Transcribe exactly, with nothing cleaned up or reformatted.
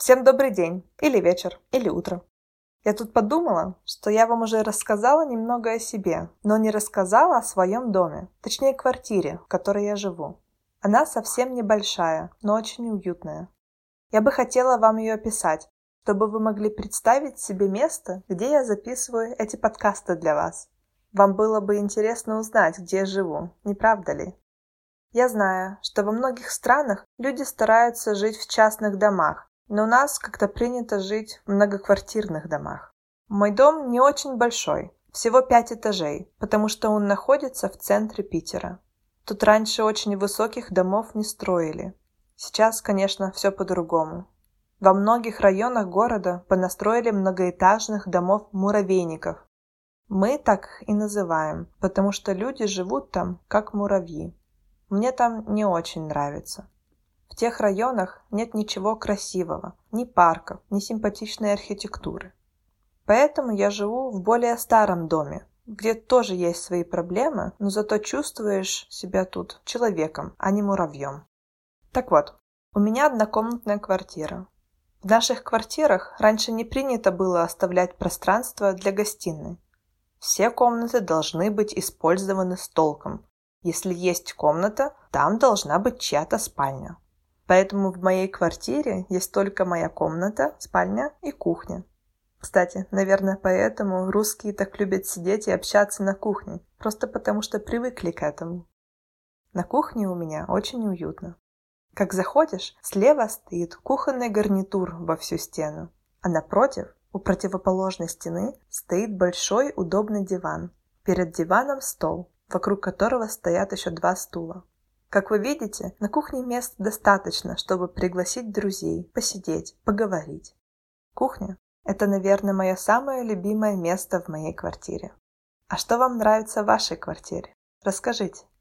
Всем добрый день, или вечер, или утро. Я тут подумала, что я вам уже рассказала немного о себе, но не рассказала о своем доме, точнее квартире, в которой я живу. Она совсем небольшая, но очень уютная. Я бы хотела вам ее описать, чтобы вы могли представить себе место, где я записываю эти подкасты для вас. Вам было бы интересно узнать, где я живу, не правда ли? Я знаю, что во многих странах люди стараются жить в частных домах, но у нас как-то принято жить в многоквартирных домах. Мой дом не очень большой, всего пять этажей, потому что он находится в центре Питера. Тут раньше очень высоких домов не строили. Сейчас, конечно, все по-другому. Во многих районах города понастроили многоэтажных домов-муравейников. Мы так их и называем, потому что люди живут там, как муравьи. Мне там не очень нравится. В тех районах нет ничего красивого, ни парков, ни симпатичной архитектуры. Поэтому я живу в более старом доме, где тоже есть свои проблемы, но зато чувствуешь себя тут человеком, а не муравьем. Так вот, у меня однокомнатная квартира. В наших квартирах раньше не принято было оставлять пространство для гостиной. Все комнаты должны быть использованы с толком. Если есть комната, там должна быть чья-то спальня. Поэтому в моей квартире есть только моя комната, спальня и кухня. Кстати, наверное, поэтому русские так любят сидеть и общаться на кухне, просто потому что привыкли к этому. На кухне у меня очень уютно. Как заходишь, слева стоит кухонный гарнитур во всю стену, а напротив, у противоположной стены, стоит большой удобный диван. Перед диваном стол, вокруг которого стоят еще два стула. Как вы видите, на кухне места достаточно, чтобы пригласить друзей, посидеть, поговорить. Кухня – это, наверное, мое самое любимое место в моей квартире. А что вам нравится в вашей квартире? Расскажите.